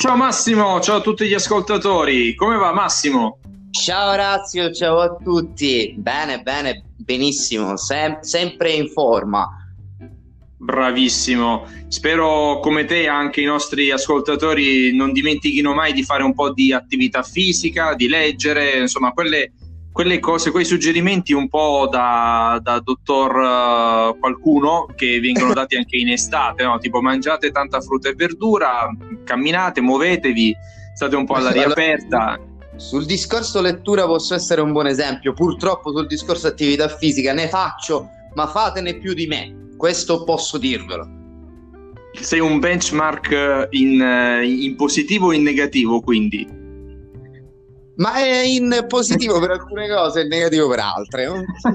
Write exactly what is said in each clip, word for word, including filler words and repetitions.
Ciao Massimo, ciao a tutti gli ascoltatori, come va Massimo? Ciao Orazio, ciao a tutti. Bene, bene, benissimo, sem- sempre in forma. Bravissimo, spero come te anche i nostri ascoltatori non dimentichino mai di fare un po' di attività fisica, di leggere, insomma quelle, quelle cose, quei suggerimenti un po' da, da dottor uh, qualcuno che vengono dati anche in estate, no? Tipo mangiate tanta frutta e verdura, camminate, muovetevi, state un po' all'aria aperta. Sul discorso lettura posso essere un buon esempio. Purtroppo sul discorso attività fisica ne faccio, ma fatene più di me. Questo posso dirvelo. Sei un benchmark in, in positivo o in negativo, quindi? Ma è in positivo per alcune cose e in negativo per altre.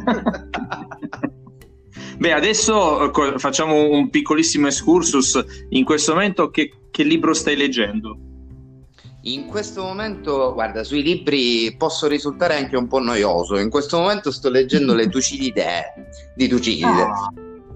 Beh, adesso facciamo un piccolissimo excursus. In questo momento che, che libro stai leggendo? In questo momento, guarda, sui libri posso risultare anche un po' noioso. In questo momento sto leggendo Le Tucidide di Tucidide. Ah.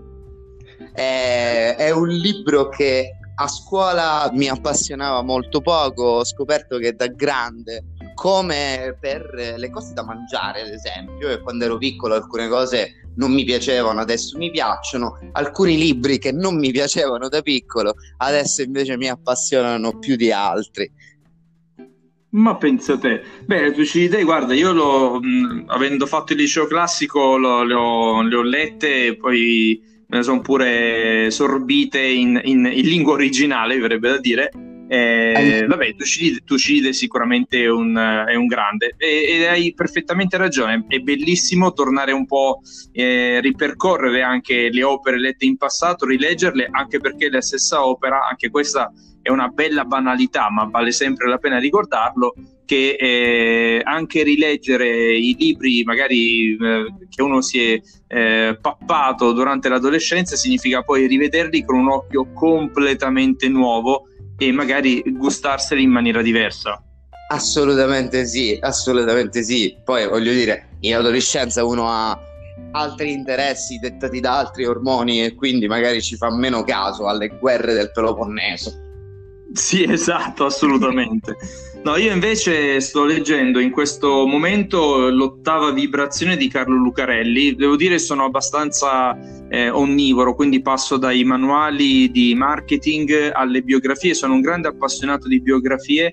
È, è un libro che a scuola mi appassionava molto poco. Ho scoperto che da grande, come per le cose da mangiare, ad esempio, e quando ero piccolo alcune cose non mi piacevano, adesso mi piacciono. Alcuni libri che non mi piacevano da piccolo, adesso invece mi appassionano più di altri. Ma pensa te, beh, le Tucidide, guarda, io l'ho, mh, avendo fatto il liceo classico, lo- le ho, le ho lette e poi me ne sono pure sorbite in, in- in lingua originale, mi verrebbe da dire. Eh, vabbè, Tucidide, Tucidide sicuramente è un, è un grande e, e hai perfettamente ragione, è bellissimo tornare un po', eh, ripercorrere anche le opere lette in passato, rileggerle, anche perché la stessa opera, anche questa è una bella banalità, ma vale sempre la pena ricordarlo, che eh, anche rileggere i libri magari eh, che uno si è eh, pappato durante l'adolescenza significa poi rivederli con un occhio completamente nuovo e magari gustarseli in maniera diversa. Assolutamente sì, assolutamente sì. Poi voglio dire, in adolescenza uno ha altri interessi dettati da altri ormoni e quindi magari ci fa meno caso alle guerre del Peloponneso. Sì, esatto, assolutamente. No, io invece sto leggendo in questo momento L'ottava vibrazione di Carlo Lucarelli. Devo dire sono abbastanza eh, onnivoro, quindi passo dai manuali di marketing alle biografie. Sono un grande appassionato di biografie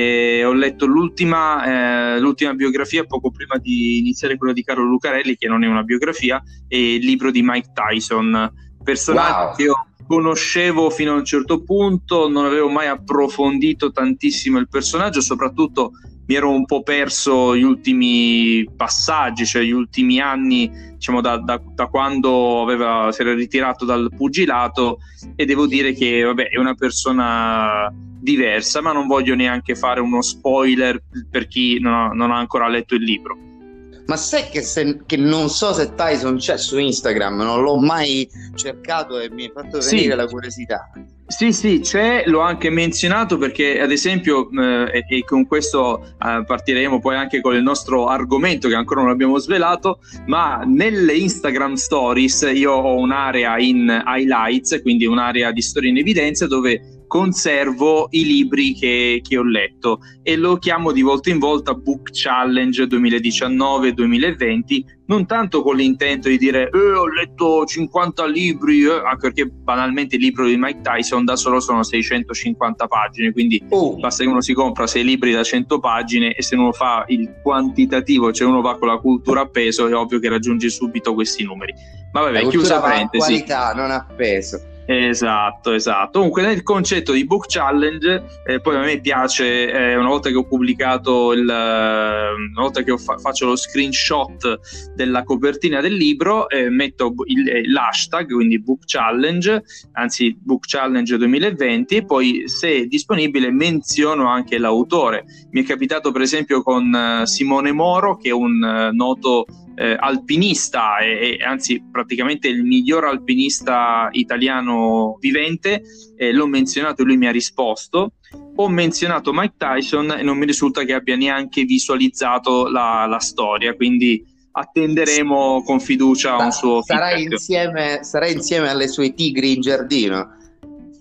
e ho letto l'ultima, eh, l'ultima biografia poco prima di iniziare quella di Carlo Lucarelli, che non è una biografia, è il libro di Mike Tyson, personaggio Wow. che io conoscevo fino a un certo punto, non avevo mai approfondito tantissimo il personaggio, soprattutto mi ero un po' perso gli ultimi passaggi, cioè gli ultimi anni, diciamo da, da, da quando aveva, si era ritirato dal pugilato, e devo dire che vabbè, è una persona diversa, ma non voglio neanche fare uno spoiler per chi non ha, non ha ancora letto il libro. Ma sai che, se, che non so se Tyson c'è su Instagram, non l'ho mai cercato e mi hai fatto venire Sì. la curiosità. Sì, sì, c'è, l'ho anche menzionato perché ad esempio, eh, e, e con questo eh, partiremo poi anche con il nostro argomento che ancora non abbiamo svelato, ma nelle Instagram Stories io ho un'area in highlights, quindi un'area di storie in evidenza dove conservo i libri che, che ho letto e lo chiamo di volta in volta Book Challenge duemiladiciannove duemilaventi, non tanto con l'intento di dire eh, ho letto cinquanta libri, eh, anche perché banalmente il libro di Mike Tyson da solo sono seicentocinquanta pagine, quindi Oh. basta che uno si compra sei libri da cento pagine e se uno fa il quantitativo, cioè uno va con la cultura a peso, è ovvio che raggiunge subito questi numeri. Ma vabbè, La chiusa cultura va a parentesi. qualità, non a peso. Esatto, esatto. Comunque nel concetto di Book Challenge, eh, poi a me piace, eh, una volta che ho pubblicato il, eh, una volta che ho fa- faccio lo screenshot della copertina del libro, eh, metto il, eh, l'hashtag, quindi Book Challenge, anzi Book Challenge duemilaventi, e poi se è disponibile menziono anche l'autore. Mi è capitato per esempio con eh, Simone Moro, che è un eh, noto Eh, alpinista e, e anzi praticamente il miglior alpinista italiano vivente, eh, l'ho menzionato e lui mi ha risposto. Ho menzionato Mike Tyson e non mi risulta che abbia neanche visualizzato la, la storia, quindi attenderemo con fiducia un suo sarà feedback. insieme, sarà insieme alle sue tigri in giardino.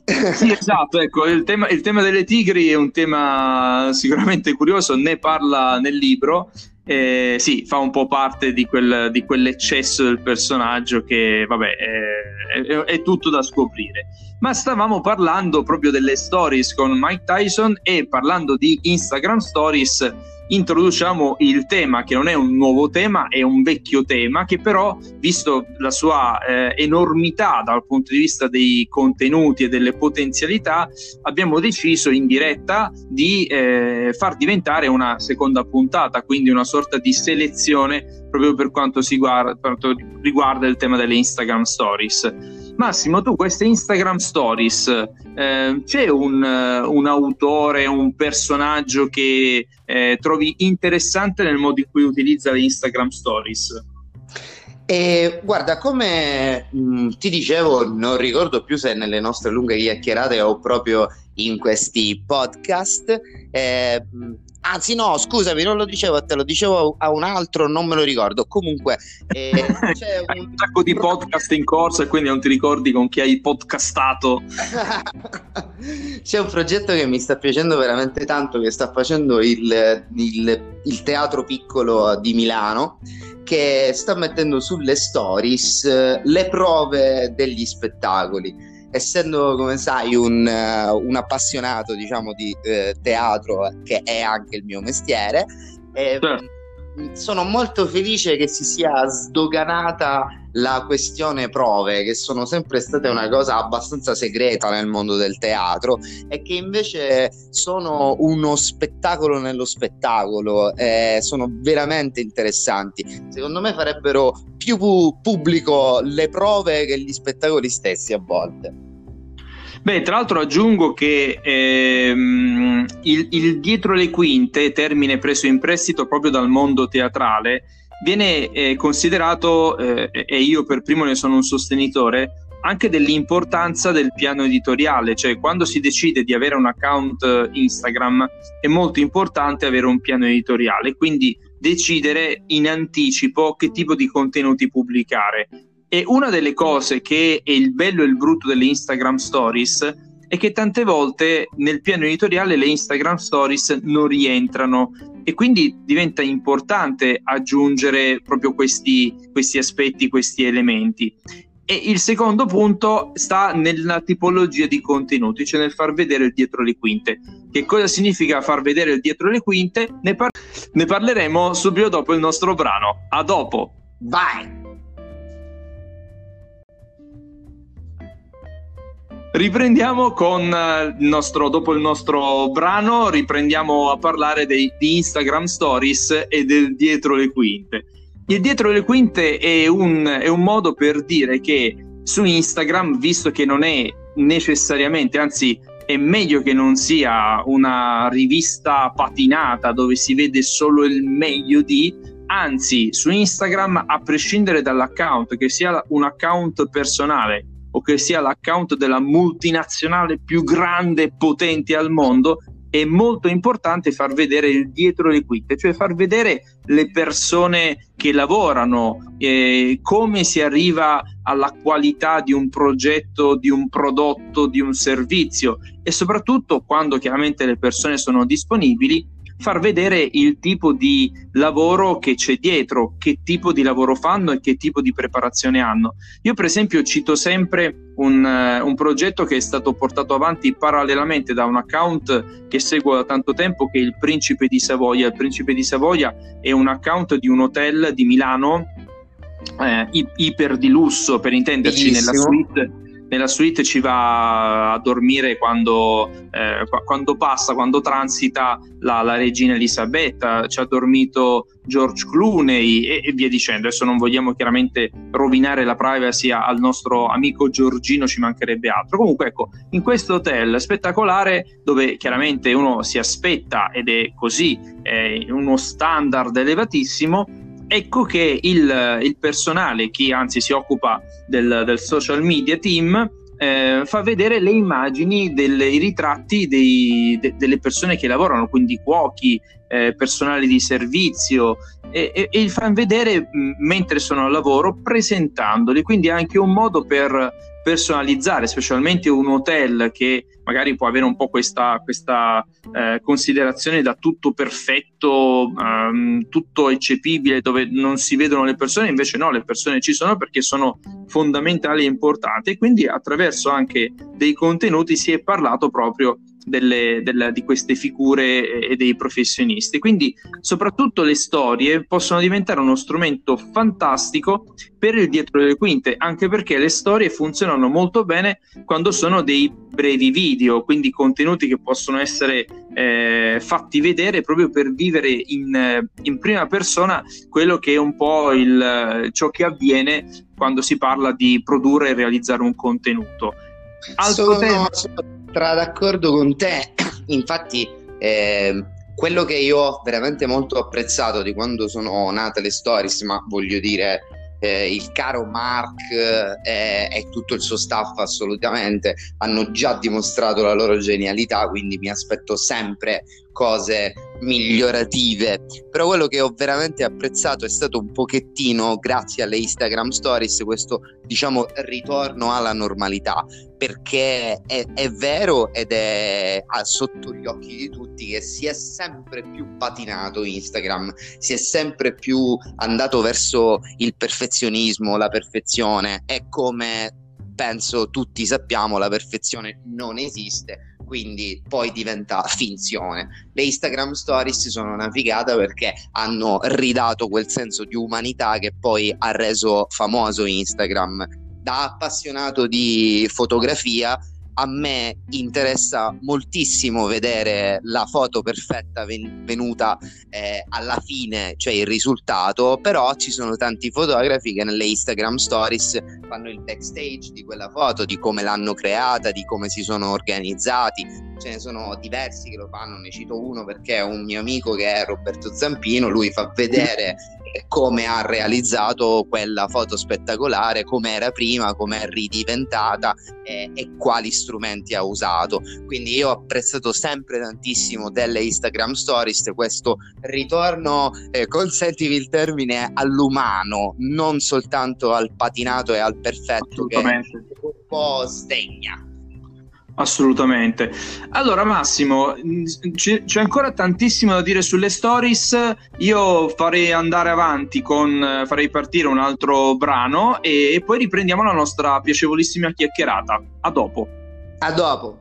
Sì, esatto, ecco, il tema, il tema delle tigri è un tema sicuramente curioso, ne parla nel libro, eh, sì, fa un po' parte di, quel, di quell'eccesso del personaggio che, vabbè, è, è, è tutto da scoprire. Ma stavamo parlando proprio delle stories con Mike Tyson, e parlando di Instagram Stories introduciamo il tema che non è un nuovo tema, è un vecchio tema che però, visto la sua eh, enormità dal punto di vista dei contenuti e delle potenzialità, abbiamo deciso in diretta di eh, far diventare una seconda puntata, quindi una sorta di selezione proprio per quanto, si guarda, per quanto riguarda il tema delle Instagram Stories. Massimo, tu queste Instagram Stories, eh, c'è un, un autore, un personaggio che eh, trovi interessante nel modo in cui utilizza le Instagram Stories? E guarda, come mh, ti dicevo, non ricordo più se nelle nostre lunghe chiacchierate o proprio in questi podcast, eh, anzi no, scusami, non lo dicevo a te, lo dicevo a un altro, non me lo ricordo. Comunque eh, c'è un... un sacco di podcast in corso e quindi non ti ricordi con chi hai podcastato. C'è un progetto che mi sta piacendo veramente tanto, che sta facendo il, il, il Teatro Piccolo di Milano, che sta mettendo sulle stories uh, le prove degli spettacoli. Essendo, come sai, un, uh, un appassionato, diciamo, di uh, teatro, che è anche il mio mestiere, eh, Certo. sono molto felice che si sia sdoganata la questione prove, che sono sempre state una cosa abbastanza segreta nel mondo del teatro, e che invece sono uno spettacolo nello spettacolo, eh, sono veramente interessanti. Secondo me farebbero più pubblico le prove che gli spettacoli stessi a volte. Beh, tra l'altro aggiungo che ehm, il, il dietro le quinte, termine preso in prestito proprio dal mondo teatrale, viene eh, considerato, eh, e io per primo ne sono un sostenitore, anche dell'importanza del piano editoriale. Cioè, quando si decide di avere un account Instagram è molto importante avere un piano editoriale, quindi decidere in anticipo che tipo di contenuti pubblicare. E una delle cose che è il bello e il brutto delle Instagram Stories è che tante volte nel piano editoriale le Instagram Stories non rientrano, e quindi diventa importante aggiungere proprio questi, questi aspetti, questi elementi. E il secondo punto sta nella tipologia di contenuti, cioè nel far vedere il dietro le quinte. Che cosa significa far vedere il dietro le quinte? Ne, par- ne parleremo subito dopo il nostro brano. A dopo! Vai! Riprendiamo con il nostro, dopo il nostro brano, riprendiamo a parlare dei, di Instagram Stories e del dietro le quinte. Il dietro le quinte è un, è un modo per dire che su Instagram, visto che non è necessariamente, anzi è meglio che non sia una rivista patinata dove si vede solo il meglio di, anzi su Instagram, a prescindere dall'account, che sia un account personale o che sia l'account della multinazionale più grande e potente al mondo, è molto importante far vedere il dietro le quinte, cioè far vedere le persone che lavorano, eh, come si arriva alla qualità di un progetto, di un prodotto, di un servizio, e soprattutto, quando chiaramente le persone sono disponibili, far vedere il tipo di lavoro che c'è dietro, che tipo di lavoro fanno e che tipo di preparazione hanno. Io per esempio cito sempre un, uh, un progetto che è stato portato avanti parallelamente da un account che seguo da tanto tempo, che è il Principe di Savoia. Il Principe di Savoia è un account di un hotel di Milano, eh, iper di lusso, per intenderci. Bellissimo. nella suite Nella suite ci va a dormire quando, eh, quando passa, quando transita la, la regina Elisabetta, ci ha dormito George Clooney e, e via dicendo. Adesso non vogliamo chiaramente rovinare la privacy al nostro amico Giorgino, ci mancherebbe altro. Comunque ecco, in questo hotel spettacolare, dove chiaramente uno si aspetta, ed è così, è uno standard elevatissimo, ecco che il, il personale, chi anzi si occupa del, del social media team, eh, fa vedere le immagini, delle, i ritratti dei, de, delle persone che lavorano, quindi cuochi, eh, personale di servizio, e, e, e fa vedere mh, mentre sono al lavoro, presentandoli, quindi è anche un modo per personalizzare, specialmente un hotel che magari può avere un po' questa, questa eh, considerazione da tutto perfetto, um, tutto eccepibile, dove non si vedono le persone. Invece no, le persone ci sono perché sono fondamentali e importanti, e quindi attraverso anche dei contenuti si è parlato proprio delle, delle, di queste figure e dei professionisti. Quindi soprattutto le storie possono diventare uno strumento fantastico per il dietro le quinte, anche perché le storie funzionano molto bene quando sono dei brevi video, quindi contenuti che possono essere eh, fatti vedere proprio per vivere in, in prima persona quello che è un po' il, ciò che avviene quando si parla di produrre e realizzare un contenuto. Altro sono, tema... sono tra d'accordo con te. Infatti eh, quello che io ho veramente molto apprezzato di quando sono nate le stories, ma voglio dire eh, il caro Mark eh, e tutto il suo staff assolutamente hanno già dimostrato la loro genialità, quindi mi aspetto sempre cose migliorative. Però quello che ho veramente apprezzato è stato un pochettino, grazie alle Instagram Stories, questo diciamo ritorno alla normalità, perché è, è vero ed è ah, sotto gli occhi di tutti che si è sempre più patinato Instagram, si è sempre più andato verso il perfezionismo, la perfezione, e come penso tutti sappiamo la perfezione non esiste, quindi poi diventa finzione. Le Instagram Stories sono una figata perché hanno ridato quel senso di umanità che poi ha reso famoso Instagram. Da appassionato di fotografia, a me interessa moltissimo vedere la foto perfetta ven- venuta eh, alla fine, cioè il risultato, però ci sono tanti fotografi che nelle Instagram Stories fanno il backstage di quella foto, di come l'hanno creata, di come si sono organizzati. Ce ne sono diversi che lo fanno, ne cito uno perché è un mio amico che è Roberto Zampino, lui fa vedere come ha realizzato quella foto spettacolare, come era prima, come è ridiventata eh, e quali strumenti ha usato. Quindi io ho apprezzato sempre tantissimo delle Instagram Stories questo ritorno, eh, consentimi il termine, all'umano, non soltanto al patinato e al perfetto che un po' sdegna. Assolutamente. Allora Massimo, c- c'è ancora tantissimo da dire sulle stories. Io farei andare avanti con farei partire un altro brano e, e poi riprendiamo la nostra piacevolissima chiacchierata. A dopo. A dopo.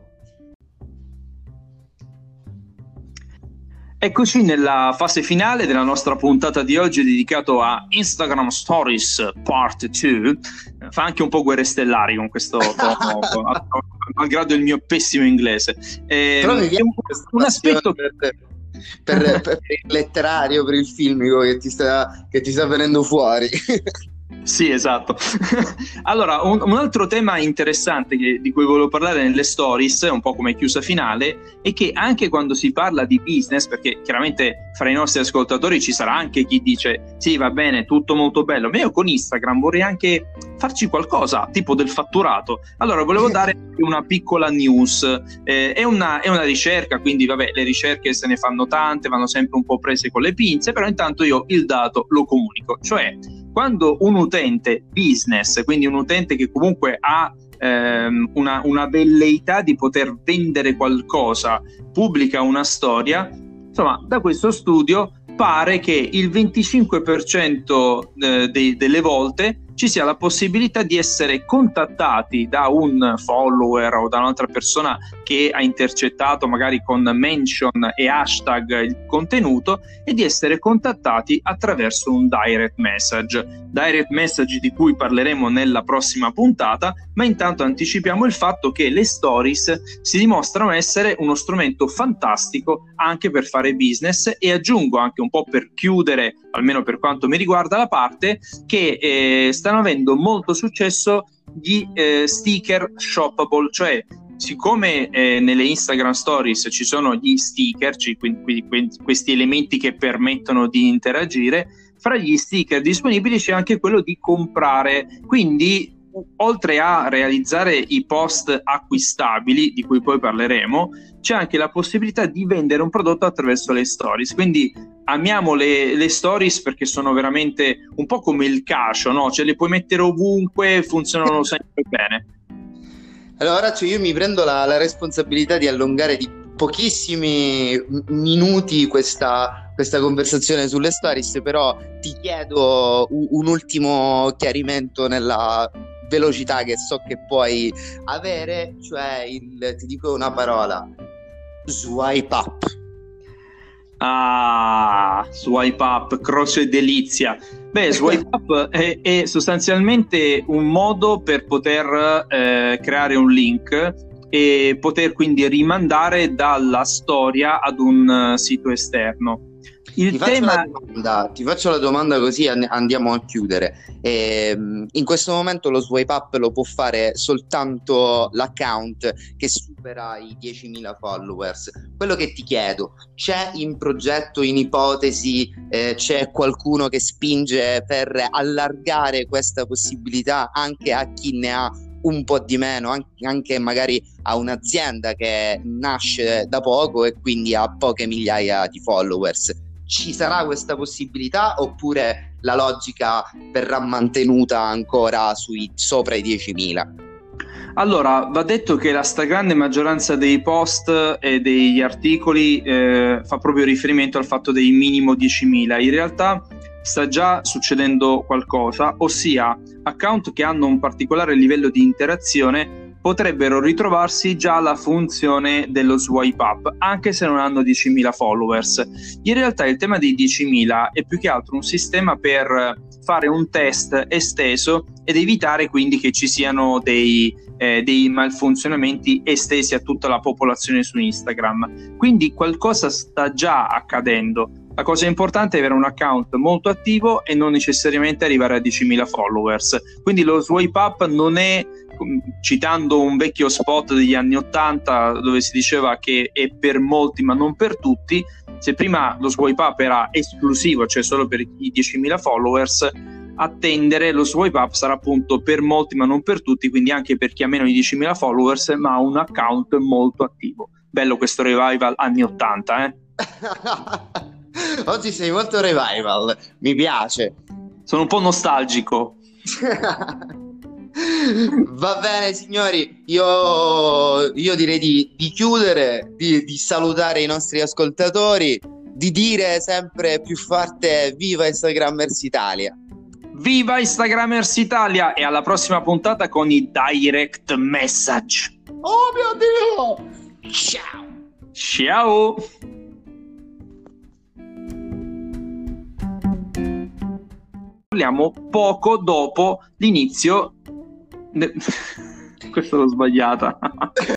Eccoci nella fase finale della nostra puntata di oggi dedicato a Instagram Stories Part due. Fa anche un po' Guerre Stellari con questo tono, malgrado il mio pessimo inglese. Eh, Però mi un, un aspetto per, per, per il letterario, per il filmico che ti sta, che ti sta venendo fuori. Sì, esatto. Allora, un, un altro tema interessante che, di cui volevo parlare nelle stories, un po' come chiusa finale, è che anche quando si parla di business, perché chiaramente fra i nostri ascoltatori ci sarà anche chi dice sì, va bene, tutto molto bello, ma io con Instagram vorrei anche farci qualcosa, tipo del fatturato. Allora, volevo dare una piccola news. Eh, è, una, è una ricerca, quindi vabbè, le ricerche se ne fanno tante, vanno sempre un po' prese con le pinze, però intanto io il dato lo comunico. Cioè, quando un utente business, quindi un utente che comunque ha ehm, una, una velleità di poter vendere qualcosa, pubblica una storia, insomma, da questo studio pare che il venticinque per cento eh, de- delle volte ci sia la possibilità di essere contattati da un follower o da un'altra persona che ha intercettato magari con mention e hashtag il contenuto, e di essere contattati attraverso un direct message. Direct message di cui parleremo nella prossima puntata, ma intanto anticipiamo il fatto che le stories si dimostrano essere uno strumento fantastico anche per fare business, e aggiungo anche un po' per chiudere, almeno per quanto mi riguarda, la parte che eh, stanno avendo molto successo gli eh, sticker shoppable, cioè siccome eh, nelle Instagram Stories ci sono gli sticker, cioè, quindi, quindi questi elementi che permettono di interagire, fra gli sticker disponibili c'è anche quello di comprare, quindi oltre a realizzare i post acquistabili, di cui poi parleremo, c'è anche la possibilità di vendere un prodotto attraverso le stories. Quindi amiamo le, le stories perché sono veramente un po' come il calcio, no? Cioè le puoi mettere ovunque, funzionano sempre bene. Allora, cioè io mi prendo la, la responsabilità di allungare di pochissimi minuti questa, questa conversazione sulle stories, però ti chiedo un, un ultimo chiarimento nella velocità che so che puoi avere, cioè il, ti dico una parola: swipe up. Ah, swipe up, croce delizia. Beh, swipe up è, è sostanzialmente un modo per poter eh, creare un link e poter quindi rimandare dalla storia ad un uh, sito esterno. Il ti, faccio tema... la domanda, ti faccio la domanda così andiamo a chiudere. Ehm, in questo momento lo swipe up lo può fare soltanto l'account che supera i diecimila followers. Quello che ti chiedo, c'è in progetto, in ipotesi, eh, c'è qualcuno che spinge per allargare questa possibilità anche a chi ne ha un po' di meno, anche magari a un'azienda che nasce da poco e quindi ha poche migliaia di followers? Ci sarà questa possibilità oppure la logica verrà mantenuta ancora sui sopra i diecimila? Allora, va detto che la stragrande maggioranza dei post e degli articoli eh, fa proprio riferimento al fatto dei minimo diecimila. In realtà sta già succedendo qualcosa, ossia account che hanno un particolare livello di interazione potrebbero ritrovarsi già la funzione dello swipe up, anche se non hanno diecimila followers. In realtà il tema dei diecimila è più che altro un sistema per fare un test esteso ed evitare quindi che ci siano dei, eh, dei malfunzionamenti estesi a tutta la popolazione su Instagram. Quindi qualcosa sta già accadendo. La cosa importante è avere un account molto attivo e non necessariamente arrivare a diecimila followers. Quindi lo swipe up non è, citando un vecchio spot degli anni ottanta dove si diceva che è per molti ma non per tutti, se prima lo swipe up era esclusivo, cioè solo per i diecimila followers, attendere lo swipe up sarà appunto per molti ma non per tutti, quindi anche per chi ha meno di diecimila followers ma ha un account molto attivo. Bello questo revival anni ottanta, eh? Oggi sei molto revival, mi piace. Sono un po' nostalgico. Va bene signori, io, io direi di, di chiudere, di, di salutare i nostri ascoltatori, di dire sempre più forte viva Instagrammers Italia. Viva Instagrammers Italia e alla prossima puntata con i direct message. Oh mio Dio! Ciao! Ciao! Parliamo poco dopo l'inizio. Questo l'ho sbagliata.